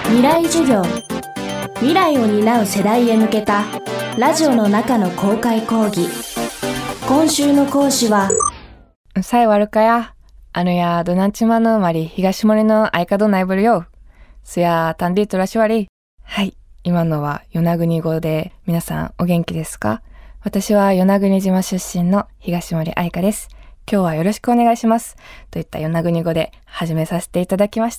未来授業、未来を担う世代へ向けたラジオの中の公開講義。今週の講師はさえわるかややどなんちまのまり東森の相方ないぶるよすやたんでいとらしわり。はい、今のは与那国語で、皆さんお元気ですか？私は与那国島出身の東森愛香です。今日はよろしくお願いしますといった与那国語で始めさせていただきました。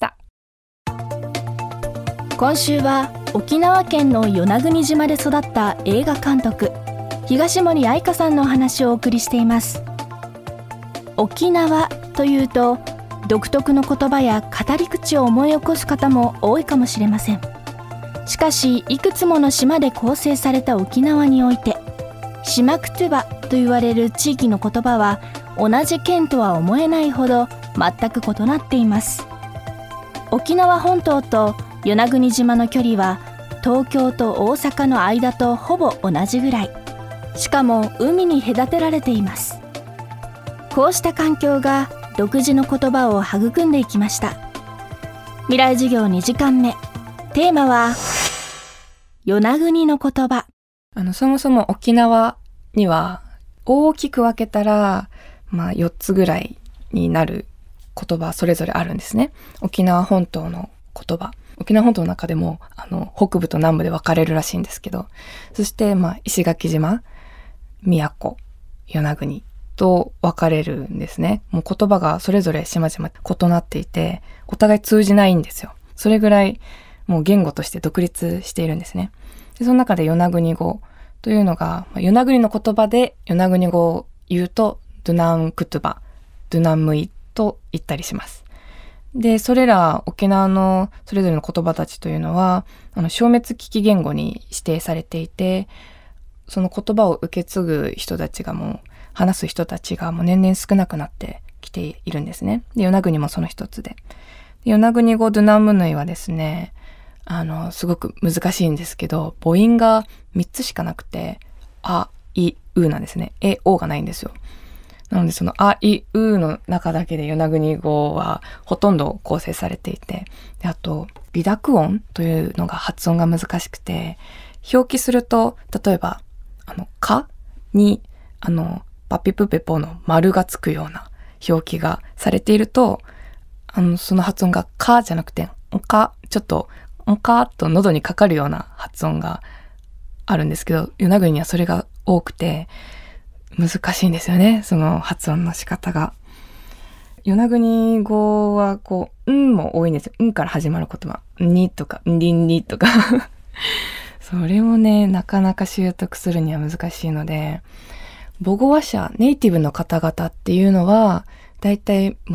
今週は沖縄県の与那国島で育った映画監督東森愛香さんのお話をお送りしています。沖縄というと独特の言葉や語り口を思い起こす方も多いかもしれません。しかしいくつもの島で構成された沖縄において、島クトゥバと言われる地域の言葉は同じ県とは思えないほど全く異なっています。沖縄本島と与那国島の距離は東京と大阪の間とほぼ同じぐらい。しかも海に隔てられています。こうした環境が独自の言葉を育んでいきました。未来授業2時間目、テーマは与那国の言葉。 そもそも沖縄には大きく分けたら4つぐらいになる言葉それぞれあるんですね。沖縄本島の言葉、沖縄本島の中でも北部と南部で分かれるらしいんですけど、そして石垣島、宮古、与那国と分かれるんですね。もう言葉がそれぞれ島々異なっていて、お互い通じないんですよ。それぐらいもう言語として独立しているんですね。でその中で与那国語というのが、与那国の言葉で与那国語を言うとドゥナンクトゥバ、ドゥナンムイと言ったりします。でそれら沖縄のそれぞれの言葉たちというのは消滅危機言語に指定されていて、その言葉を受け継ぐ人たちが話す人たちが年々少なくなってきているんですね。で与那国もその一つで、与那国語ドゥナンムヌイはですね、すごく難しいんですけど、母音が3つしかなくて、あ、い、うなんですね。おがないんですよ。なのでそのあ、い、うの中だけで与那国語はほとんど構成されていて、であと微濁音というのが発音が難しくて、表記すると例えばかにパピプペポの丸がつくような表記がされていると、その発音がかじゃなくてんか、ちょっとんかっと喉にかかるような発音があるんですけど、与那国にはそれが多くて難しいんですよね、その発音の仕方が。与那国語はんも多いんですよ。んから始まる言葉、にとかんりんにとかそれもね、なかなか習得するには難しいので、母語話者ネイティブの方々っていうのはだいたい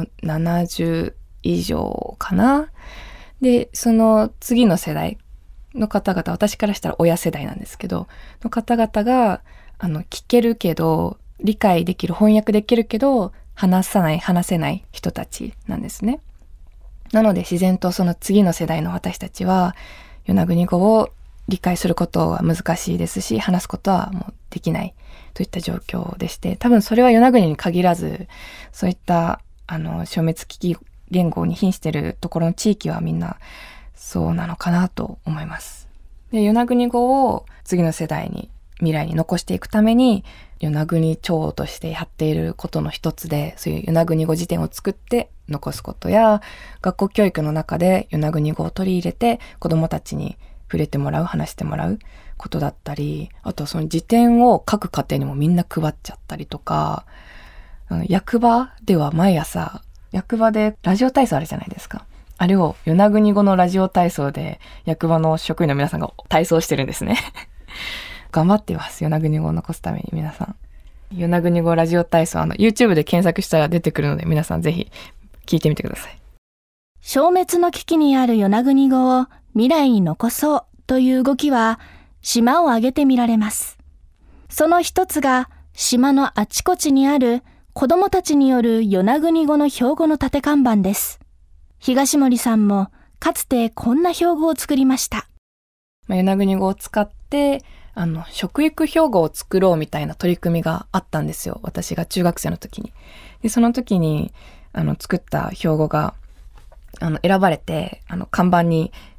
70以上かな。でその次の世代の方々、私からしたら親世代なんですけどの方々が聞けるけど理解できる、翻訳できるけど話せない人たちなんですね。なので自然とその次の世代の私たちは与那国語を理解することは難しいですし、話すことはもうできないといった状況でして、多分それは与那国に限らず、そういった消滅危機言語に瀕しているところの地域はみんなそうなのかなと思います。で与那国語を次の世代に、未来に残していくために与那国庁としてやっていることの一つで、そういう与那国語辞典を作って残すことや、学校教育の中で与那国語を取り入れて子どもたちに触れてもらう、話してもらうことだったり、あとその辞典を各家庭にもみんな配っちゃったりとか、役場では毎朝役場でラジオ体操あるじゃないですか。あれを与那国語のラジオ体操で役場の職員の皆さんが体操してるんですね頑張っています、与那国語を残すために。皆さん与那国語ラジオ体操YouTube で検索したら出てくるので、皆さんぜひ聞いてみてください。 消滅の危機にある与那国語を未来に残そうという動きは島を挙げて見られます。その一つが島のあちこちにある子どもたちによる与那国語の標語の立て看板です。東森さんもかつてこんな標語を作りました。 与那国語を使って食育標語を作ろうみたいな取り組みがあったんですよ、私が中学生の時に。でその時に作った標語が選ばれて看板に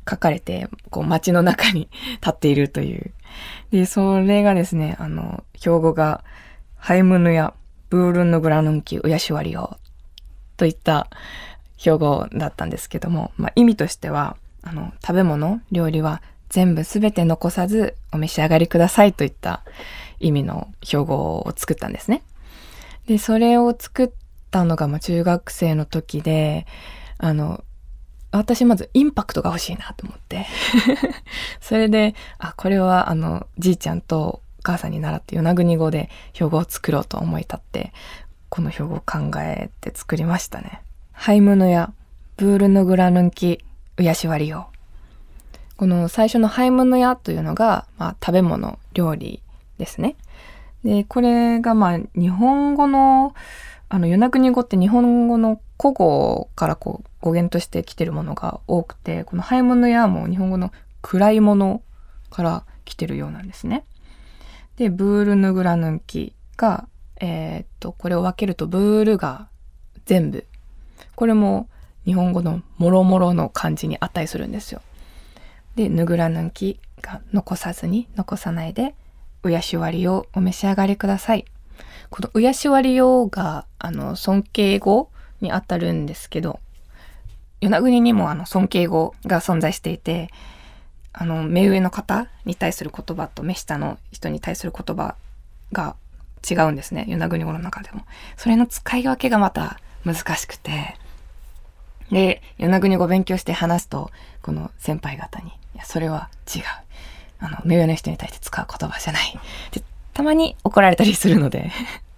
書かれて、こう街の中に立っているという。で、それがですね、標語が、ハイムヌやブールンのグラヌンキウヤシワリオといった標語だったんですけども、意味としては、食べ物、料理は全部すべて残さずお召し上がりくださいといった意味の標語を作ったんですね。で、それを作ったのが中学生の時で、私まずインパクトが欲しいなと思って。それで、これはじいちゃんとお母さんに習って与那国語で標語を作ろうと思い立って、この標語を考えて作りましたね。ハイムヌやブールヌグラヌンキウヤシワリオ。この最初のハイムヌやというのが、食べ物、料理ですね。で、これが日本語の、与那国語って日本語の古語から語源として来てるものが多くて、このハイムヌやも日本語の暗いものから来てるようなんですね。で、ブールヌグラヌンキが、これを分けるとブールが全部。これも日本語のもろもろの漢字に値するんですよ。で、ヌグラヌンキが残さずに、残さないで、うやしわりをお召し上がりください。このうやしわりをが、尊敬語にあたるんですけど、与那国にも尊敬語が存在していて、目上の方に対する言葉と目下の人に対する言葉が違うんですね。与那国語の中でも。それの使い分けがまた難しくて。で、与那国語勉強して話すと、この先輩方に、いや、それは違う。目上の人に対して使う言葉じゃない。で、たまに怒られたりするので。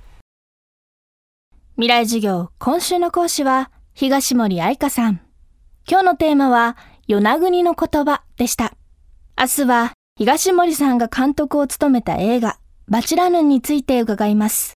未来授業、今週の講師は、東森愛香さん。今日のテーマは、与那国の言葉でした。明日は、東森さんが監督を務めた映画、バチラヌンについて伺います。